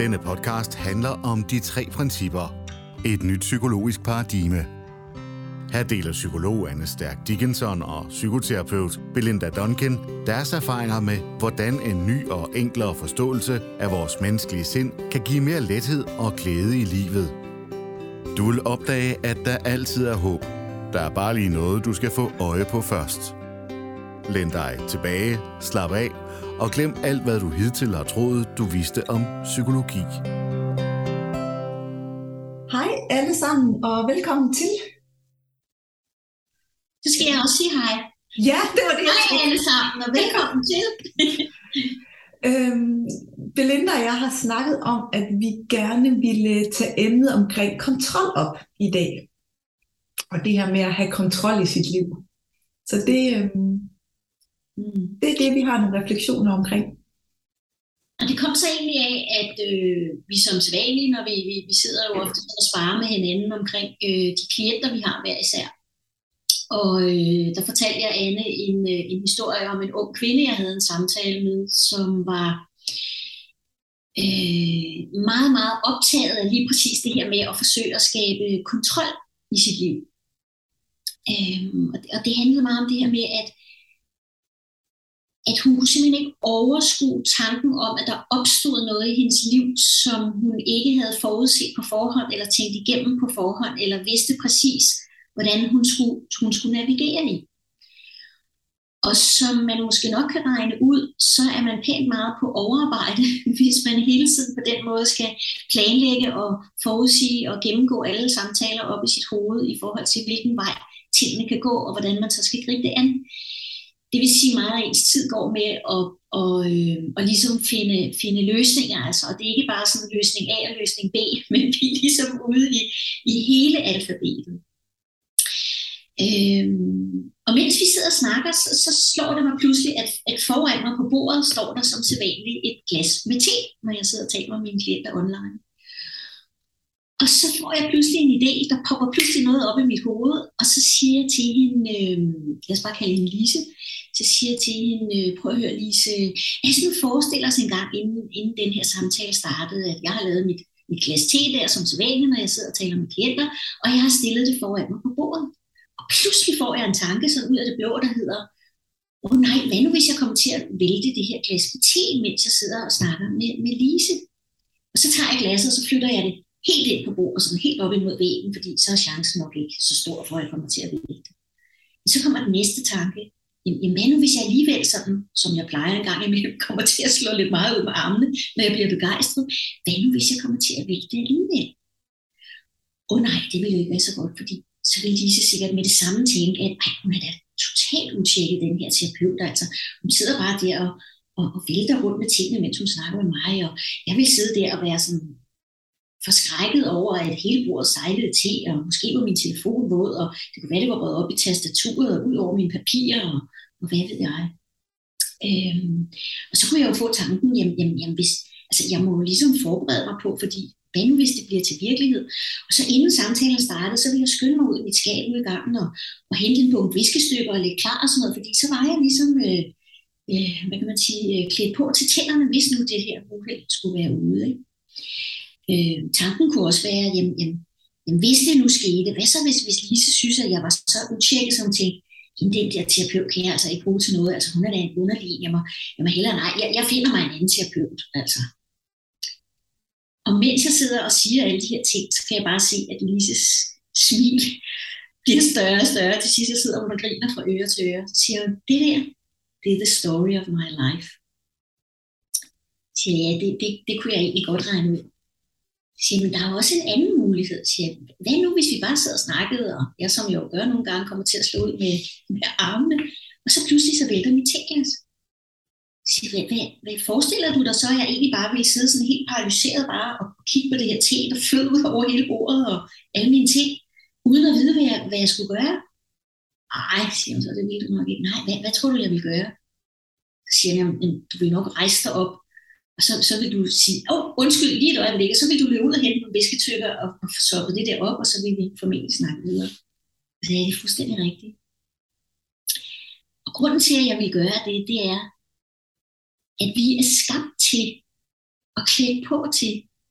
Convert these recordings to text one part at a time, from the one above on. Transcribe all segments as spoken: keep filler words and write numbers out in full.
Denne podcast handler om de tre principper. Et nyt psykologisk paradigme. Her deler psykolog Anne Stærk Dickinson og psykoterapeut Belinda Duncan deres erfaringer med, hvordan en ny og enklere forståelse af vores menneskelige sind kan give mere lethed og glæde i livet. Du vil opdage, at der altid er håb. Der er bare lige noget, du skal få øje på først. Læn dig tilbage, slap af og glem alt, hvad du hidtil har troet, du vidste om psykologi. Hej alle sammen, og velkommen til. Så skal jeg også sige hej. Ja, det var det. Hej alle sammen, og velkommen til. øhm, Belinda og jeg har snakket om, at vi gerne ville tage emnet omkring kontrol op i dag. Og det her med at have kontrol i sit liv. Så det, øhm, mm. det er det, vi har nogle refleksioner omkring. Og det kom så egentlig af, at øh, vi som sædvanlige, når vi, vi, vi sidder jo ofte og sparer med hinanden omkring øh, de klienter, vi har hver især. Og øh, der fortalte jeg Anne en, øh, en historie om en ung kvinde, jeg havde en samtale med, som var øh, meget, meget optaget af lige præcis det her med at forsøge at skabe kontrol i sit liv. Øh, og, det, og det handlede meget om det her med, at at hun kunne simpelthen ikke overskue tanken om, at der opstod noget i hendes liv, som hun ikke havde forudset på forhånd, eller tænkt igennem på forhånd, eller vidste præcis, hvordan hun skulle, hun skulle navigere i. Og som man måske nok kan regne ud, så er man pænt meget på overarbejde, hvis man hele tiden på den måde skal planlægge og forudsige og gennemgå alle samtaler op i sit hoved i forhold til, hvilken vej tingene kan gå, og hvordan man så skal gribe det an. Det vil sige meget, at ens tid går med at, og, øh, og ligesom finde, finde løsninger. Altså. Og det er ikke bare sådan løsning A og løsning B, men vi er ligesom ude i, i hele alfabetet. Øhm, og mens vi sidder og snakker, så, så slår det mig pludselig, at, at foran mig på bordet står der som sædvanligt et glas med te, når jeg sidder og taler med mine klienter online. Og så får jeg pludselig en idé, der popper pludselig noget op i mit hoved, og så siger jeg til hende, øh, lad os bare kalde hende Lise, så siger jeg til hende, øh, prøv at høre Lise, altså nu forestiller os en gang, inden, inden den her samtale startede, at jeg har lavet mit, mit glas te der som sædvanligt, når jeg sidder og taler med klienter, og jeg har stillet det foran mig på bordet. Og pludselig får jeg en tanke sådan ud af det blå, der hedder, åh oh, nej, hvad nu hvis jeg kommer til at vælte det her glas med te, mens jeg sidder og snakker med, med Lise? Og så tager jeg glasset, og så flytter jeg det helt ind på bordet, sådan helt op imod væggen, fordi så er chancen nok ikke så stor for, at jeg kommer til at vælte det. Men så kommer den næste tanke, jamen hvad nu hvis jeg alligevel sådan, som jeg plejer en gang imellem, kommer til at slå lidt meget ud med armene, når jeg bliver begejstret, hvad nu hvis jeg kommer til at vælte det alligevel? Åh oh, nej, det vil jo ikke være så godt, fordi så vil Lise sikkert med det samme tænke, at ej, hun er da totalt utjekket, den her terapeut, altså hun sidder bare der og, og, og vælter rundt med tingene, mens hun snakker med mig, og jeg vil sidde der og være sådan forskrækket over, at hele bordet sejlede til, og måske var min telefon våd, og det kunne være, det var røget op i tastaturet, og ud over mine papirer, og, og hvad ved jeg. Øhm, og så kunne jeg jo få tanken, jamen, jamen, jamen hvis, altså jeg må jo ligesom forberede mig på, fordi hvad nu hvis det bliver til virkelighed? Og så inden samtalen startede, så ville jeg skynde mig ud i mit skab ud i gangen, og, og hente en bunke viskestykker og lægge klar og sådan noget, fordi så var jeg ligesom, øh, øh, hvad kan man sige, øh, klædt på til tænderne, hvis nu det her uheld skulle være ude, ikke? Øh, tanken kunne også være, jamen, jamen, jamen hvis det nu skete, hvad så hvis, hvis Lise synes, at jeg var så utjekket, som tænkte, hende den der terapeut kan jeg altså ikke bruge til noget, altså hun er da en underlig, jeg må, jeg må hellere nej, jeg, jeg finder mig en anden terapeut, altså. Og mens jeg sidder og siger alle de her ting, så kan jeg bare se, at Lises smil bliver større og større, til sidst jeg sidder og griner fra øre til øre, så siger hun, det der, det er the story of my life. Så siger jeg, ja, det, det, det kunne jeg egentlig godt regne ud. Siger, men der er også en anden mulighed. Siger, hvad nu, hvis vi bare sidder og snakkede, og jeg som jo gør nogle gange, kommer til at slå ud med, med armene, og så pludselig så vælter mit teglas. Siger, hvad, hvad, hvad forestiller du dig så, at jeg egentlig bare ville sidde sådan helt paralyseret bare og kigge på det her te, der flød ud over hele bordet og alle mine ting, uden at vide, hvad jeg, hvad jeg skulle gøre? Ej, siger hun så, det ville du nok ikke. Nej, hvad, hvad tror du, jeg ville gøre? Så siger jeg, du vil nok rejse dig op. Og så, så vil du sige, åh, oh, undskyld, lige et øjeblik, og så vil du løbe ud og hente nogle visketykker og, og få soppet det der op, og så vil vi formentlig snakke videre. Så er det fuldstændig rigtigt. Og grunden til, at jeg vil gøre det, det er, at vi er skabt til og klædt på til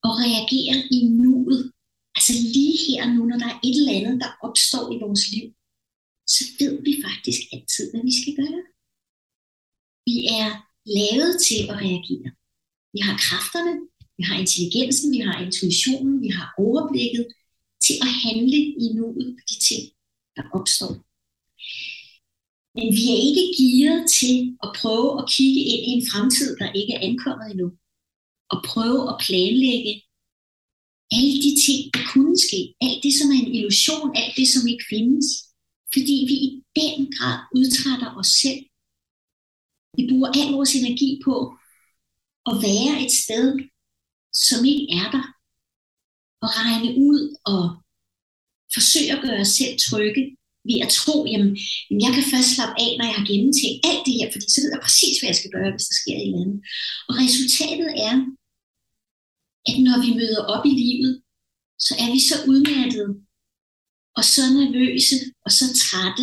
og reagerer i nuet, altså lige her nu, når der er et eller andet, der opstår i vores liv, så ved vi faktisk altid, hvad vi skal gøre. Vi er lavet til at reagere. Vi har kræfterne, vi har intelligensen, vi har intuitionen, vi har overblikket til at handle i nuet på de ting, der opstår. Men vi er ikke gearet til at prøve at kigge ind i en fremtid, der ikke er ankommet endnu. Og prøve at planlægge alle de ting, der kunne ske. Alt det, som er en illusion, alt det, som ikke findes. Fordi vi i den grad udtrætter os selv. Vi bruger al vores energi på at være et sted, som ikke er der. Og regne ud og forsøge at gøre os selv trygge ved at tro, jamen, jeg kan først slappe af, når jeg har gennemtænkt alt det her, fordi så ved jeg præcis, hvad jeg skal gøre, hvis der sker et eller andet. Og resultatet er, at når vi møder op i livet, så er vi så udmattede, og så nervøse, og så trætte,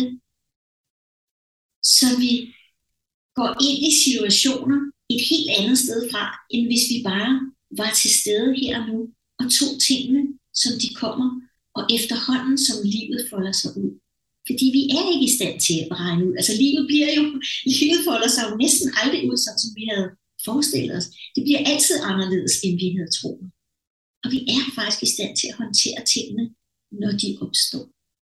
så vi går ind i situationer et helt andet sted fra, end hvis vi bare var til stede her og nu, og tog tingene, som de kommer, og efterhånden, som livet folder sig ud. Fordi vi er ikke i stand til at regne ud. Altså livet bliver jo, livet folder sig jo næsten aldrig ud, sådan som vi havde forestillet os. Det bliver altid anderledes, end vi havde troet. Og vi er faktisk i stand til at håndtere tingene, når de opstår.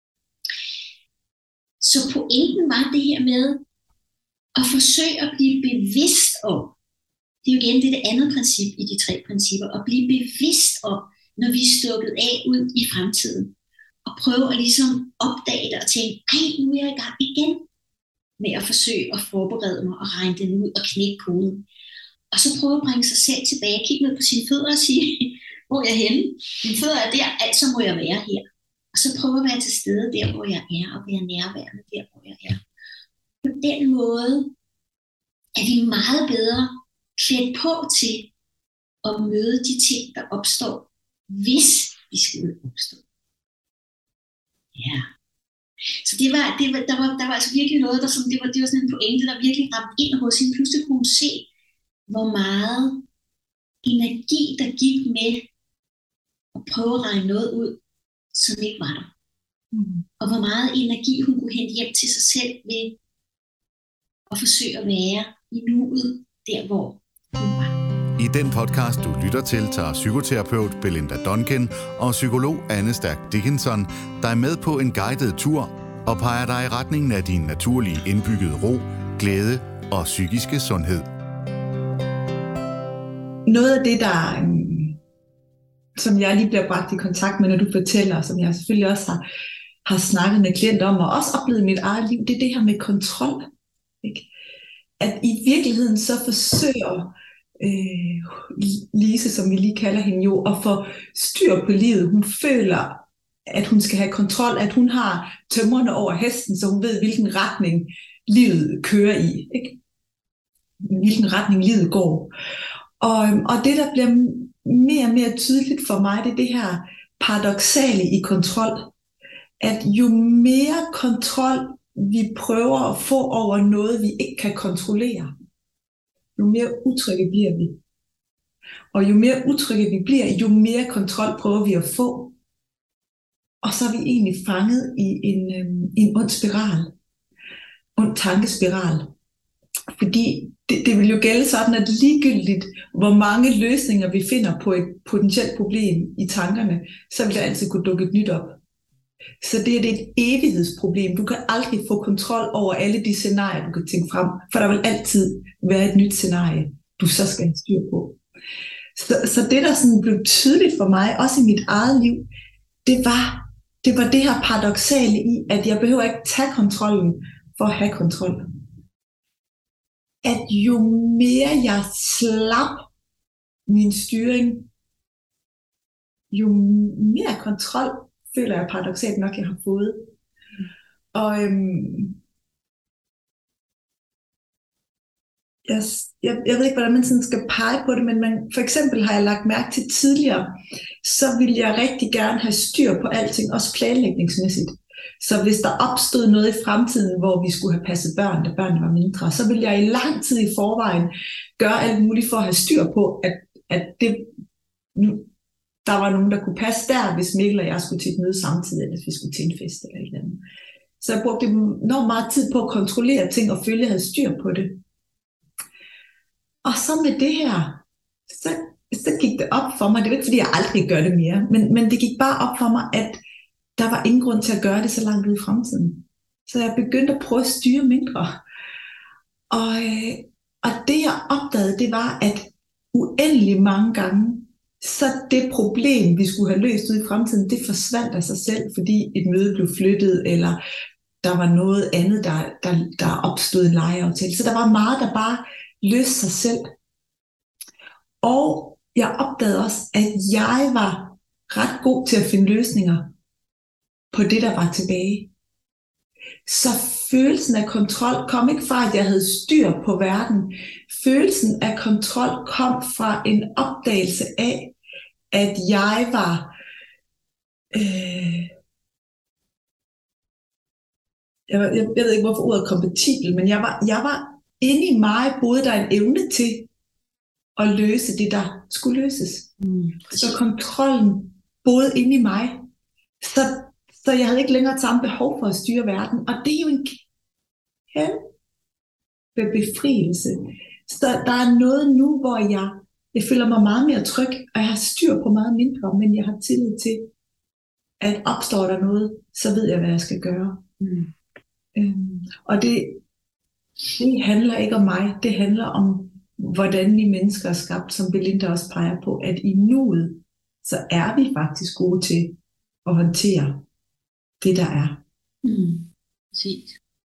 Så pointen var det her med at forsøge at blive bevidst om, det er jo igen det, det andet princip i de tre principper, at blive bevidst om, når vi er stukket af ud i fremtiden. Og prøve at ligesom opdage det og tænke, ej, nu er jeg i gang igen med at forsøge at forberede mig og regne den ud og knække koden. Og så prøve at bringe sig selv tilbage, kigge ned på sine fødder og sige, hvor er jeg henne? Mine fødder er der, altså må jeg være her. Og så prøve at være til stede der, hvor jeg er, og være nærværende der, hvor jeg er. På den måde er vi meget bedre klædt på til at møde de ting, der opstår, hvis de skulle opstå. Ja. Så det var, det var, der, var, der var altså virkelig noget, der som, det, var, det var sådan en pointe, der virkelig ramte ind hos hende. Pludselig kunne hun se, hvor meget energi, der gik med at prøve at regne noget ud, som ikke var der. Mm. Og hvor meget energi hun kunne hente hjem til sig selv ved at forsøge at være i nuet, der hvor hun var. I den podcast, du lytter til, tager psykoterapeut Belinda Duncan og psykolog Anne Stærk Dickinson dig med på en guided tur og peger dig i retningen af din naturlige indbyggede ro, glæde og psykiske sundhed. Noget af det, der, som jeg lige bliver bragt i kontakt med, når du fortæller, som jeg selvfølgelig også har, har snakket med klienter om, og også oplevet i mit eget liv, det er det her med kontrol. Ikke? At i virkeligheden så forsøger Øh, Lise, som vi lige kalder hende jo, at få styr på livet. Hun føler, at hun skal have kontrol, at hun har tømmerne over hesten, så hun ved, hvilken retning livet kører i, ikke? Hvilken retning livet går. Og, og det, der bliver mere og mere tydeligt for mig, det er det her paradoksale i kontrol. At jo mere kontrol vi prøver at få over noget, vi ikke kan kontrollere, jo mere utrygge bliver vi. Og jo mere utrygge vi bliver, jo mere kontrol prøver vi at få. Og så er vi egentlig fanget i en, øhm, en ond spiral. Ond tankespiral. Fordi det, det vil jo gælde sådan, at ligegyldigt hvor mange løsninger vi finder på et potentielt problem i tankerne, så vil der altid kunne dukke et nyt op. Så det er et evighedsproblem. Du kan aldrig få kontrol over alle de scenarier, du kan tænke frem, for der vil altid være et nyt scenarie, du så skal have styr på. Så, så det, der sådan blev tydeligt for mig, også i mit eget liv, det var det, var det her paradoksale i, at jeg behøver ikke tage kontrollen for at have kontrol. At jo mere jeg slap min styring, jo mere kontrol føler jeg paradoksalt nok, jeg har fået. Og øhm, jeg, jeg, jeg ved ikke, hvordan man sådan skal pege på det, men man, for eksempel har jeg lagt mærke til tidligere, så ville jeg rigtig gerne have styr på alting, også planlægningsmæssigt. Så hvis der opstod noget i fremtiden, hvor vi skulle have passet børn, da børnene var mindre, så ville jeg i lang tid i forvejen gøre alt muligt for at have styr på, at, at det... der var nogen, der kunne passe der, hvis Mikkel og jeg skulle til et møde samtidig, eller hvis vi skulle til en fest eller et eller andet. Så jeg brugte enormt meget tid på at kontrollere ting og følge, at jeg havde styr på det. Og så med det her, så, så gik det op for mig, det er ikke fordi jeg aldrig gør det mere, men, men det gik bare op for mig, at der var ingen grund til at gøre det så langt ud i fremtiden. Så jeg begyndte at prøve at styre mindre. Og, og det jeg opdagede, det var, at uendelig mange gange, så det problem, vi skulle have løst ud i fremtiden, det forsvandt af sig selv, fordi et møde blev flyttet, eller der var noget andet, der, der, der opstod en lejeaftale. Så der var meget, der bare løste sig selv. Og jeg opdagede også, at jeg var ret god til at finde løsninger på det, der var tilbage. Så følelsen af kontrol kom ikke fra, at jeg havde styr på verden. Følelsen af kontrol kom fra en opdagelse af, at jeg var øh, jeg, jeg, jeg ved ikke, hvorfor ordet kompatibel, men jeg var, jeg var inde i mig, boede der en evne til at løse det, der skulle løses. Mm. Så kontrollen boede inde i mig. Så, så jeg havde ikke længere samme behov for at styre verden. Og det er jo en kæmpe befrielse. Så der er noget nu, hvor jeg, jeg føler mig meget mere tryg, og jeg har styr på meget mindre, men jeg har tillid til, at opstår der noget, så ved jeg, hvad jeg skal gøre. Mm. Øhm, og det, det handler ikke om mig, det handler om, hvordan vi mennesker er skabt, som Belinda også peger på, at i nuet, så er vi faktisk gode til at håndtere det, der er. Mm. Præcis.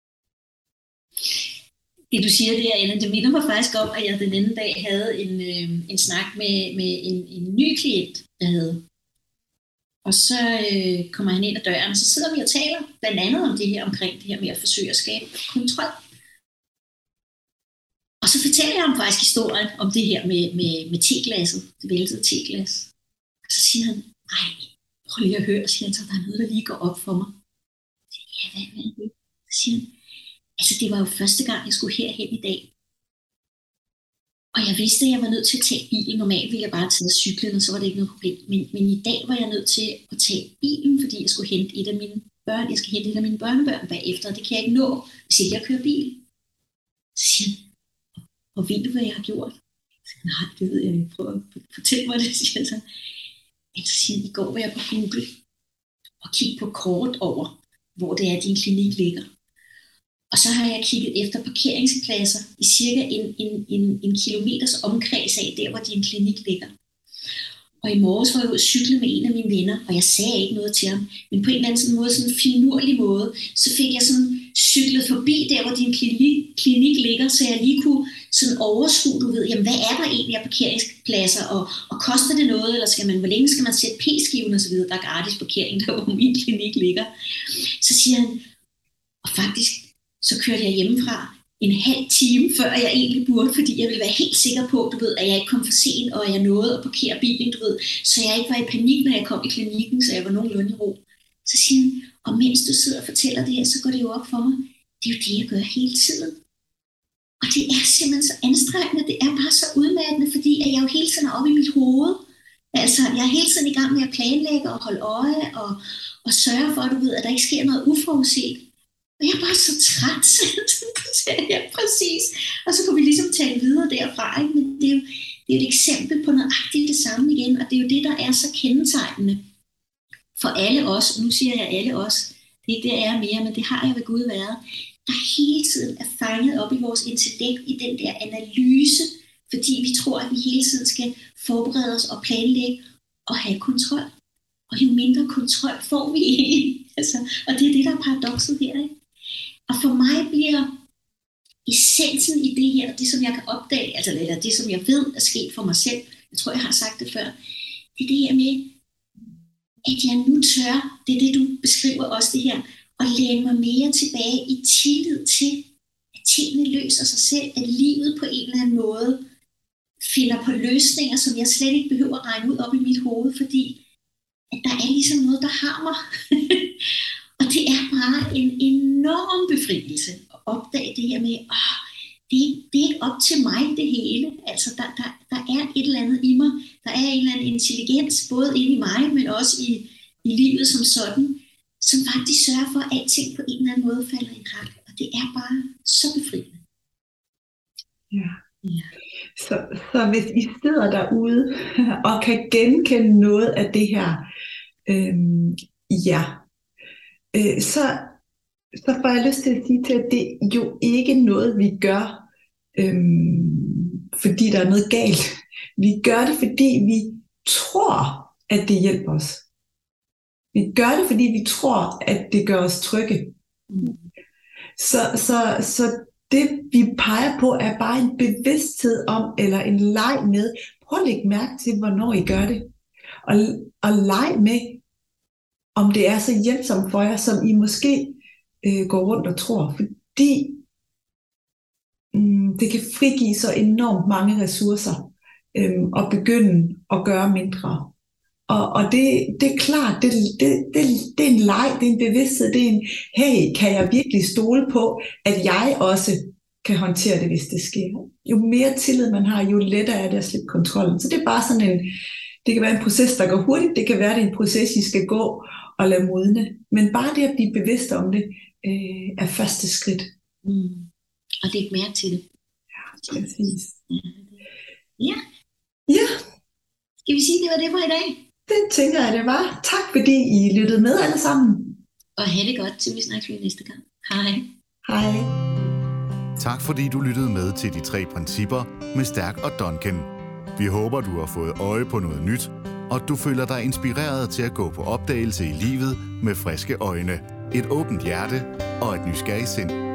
Det du siger der, Ellen, det minder mig faktisk om, at jeg den anden dag havde en, øh, en snak med, med en, en ny klient, jeg havde. Og så øh, kommer han ind ad døren, og så sidder vi og taler blandt andet om det her, omkring det her med at forsøge at skabe kontrol. Og så fortæller jeg ham faktisk historien om det her med, med, med teglasset, det væltede teglas. Og så siger han, nej, prøv lige at høre, siger han, så der er noget, der lige går op for mig. Så siger, ja, hvad, hvad er det? Så siger han, altså det var jo første gang, jeg skulle herhen i dag. Og jeg vidste, at jeg var nødt til at tage bilen. Normalt ville jeg bare tage cyklen, og så var det ikke noget problem. Men, men i dag var jeg nødt til at tage bilen, fordi jeg skulle hente et af mine børn. Jeg skal hente et af mine børnebørn bagefter, og det kan jeg ikke nå, hvis ikke jeg kører bil. Så siger han, og ved du, hvad jeg har gjort? Så siger, nej, det ved jeg ikke. Prøv at fortælle mig det, siger han så. Men så siger han, i går var jeg på Google og kiggede på kort over, hvor det er, din klinik ligger. Og så har jeg kigget efter parkeringspladser i cirka en, en, en, en kilometers omkreds af, der hvor din klinik ligger. Og i morges var jeg ude at cykle med en af mine venner, og jeg sagde ikke noget til ham. Men på en eller anden sådan måde, sådan en finurlig måde, så fik jeg sådan cyklet forbi der, hvor din klinik, klinik ligger, så jeg lige kunne sådan overskue, du ved, jamen hvad er der egentlig af parkeringspladser, og, og koster det noget, eller skal man, hvor længe skal man sætte p-skiven og så videre, der er gratis parkering der, hvor min klinik ligger. Så siger han, og faktisk, så kørte jeg hjemmefra en halv time, før jeg egentlig burde, fordi jeg ville være helt sikker på, du ved, at jeg ikke kom for sent, og jeg nåede at parkere bilen, du ved, så jeg ikke var i panik, når jeg kom i klinikken, så jeg var nogenlunde i ro. Så siger han, og mens du sidder og fortæller det her, så går det jo op for mig, det er jo det, jeg gør hele tiden. Og det er simpelthen så anstrengende, det er bare så udmattende, fordi at jeg jo hele tiden er oppe i mit hoved. Altså, jeg er hele tiden i gang med at planlægge og holde øje, og, og sørge for, du ved, at der ikke sker noget uforudset. Og jeg er bare så træt, så ja, præcis. Og så kunne vi ligesom tale videre derfra, ikke? Men det er, jo, det er jo et eksempel på nøjagtigt det samme igen, og det er jo det, der er så kendetegnende for alle os, og nu siger jeg alle os, det er ikke det, jeg er mere, men det har jeg ved Gud været, der hele tiden er fanget op i vores intellekt, i den der analyse, fordi vi tror, at vi hele tiden skal forberede os og planlægge og have kontrol. Og jo mindre kontrol får vi egentlig. Altså, og det er det, der er paradokset her, ikke? Og for mig bliver essensen i det her, det som jeg kan opdage, altså eller det som jeg ved er sket for mig selv, jeg tror jeg har sagt det før, det er det her med, at jeg nu tør, det er det du beskriver også det her, at læne mig mere tilbage i tillid til, at tingene løser sig selv, at livet på en eller anden måde finder på løsninger, som jeg slet ikke behøver at regne ud op i mit hoved, fordi at der er ligesom noget, der har mig. Og det er bare en enorm befrielse at opdage det her med, åh, det, er, det er ikke op til mig det hele. Altså, der, der, der er et eller andet i mig, der er en eller anden intelligens, både inde i mig, men også i, i livet som sådan, som faktisk sørger for, at alting på en eller anden måde falder i ret. Og det er bare så befriende. Ja. Ja. Så, så hvis I sidder derude og kan genkende noget af det her, øhm, ja, øh, så, så får jeg lyst til at sige til, at det er jo ikke noget, vi gør, øhm, fordi der er noget galt. Vi gør det, fordi vi tror, at det hjælper os. Vi gør det, fordi vi tror, at det gør os trygge. Mm. Så, så, så det, vi peger på, er bare en bevidsthed om, eller en leg med. Prøv at lægge mærke til, hvornår I gør det. Og, og leg med, om det er så hjælpsomt for jer, som I måske øh, går rundt og tror. Fordi mm, det kan frigive så enormt mange ressourcer øh, og begynde at gøre mindre. Og, og det, det er klart, det, det, det, det er en leg, det er en bevidsthed, det er en, hey, kan jeg virkelig stole på, at jeg også kan håndtere det, hvis det sker. Jo mere tillid man har, jo lettere er det at slippe kontrollen. Så det er bare sådan en, det kan være en proces, der går hurtigt, det kan være, det er en proces, I skal gå og lade modne. Men bare det at blive bevidst om det, øh, er første skridt. Mm. Og læg mærke til det. Ja, præcis. Ja. Ja. Skal vi sige, det var det for i dag? Det tænker jeg, det var. Tak fordi I lyttede med alle sammen. Og have det godt, til vi snakkes ved næste gang. Hej. Hej. Tak fordi du lyttede med til de tre principper med Stærk og Duncan. Vi håber, du har fået øje på noget nyt, og du føler dig inspireret til at gå på opdagelse i livet med friske øjne, et åbent hjerte og et nysgerrigt sind.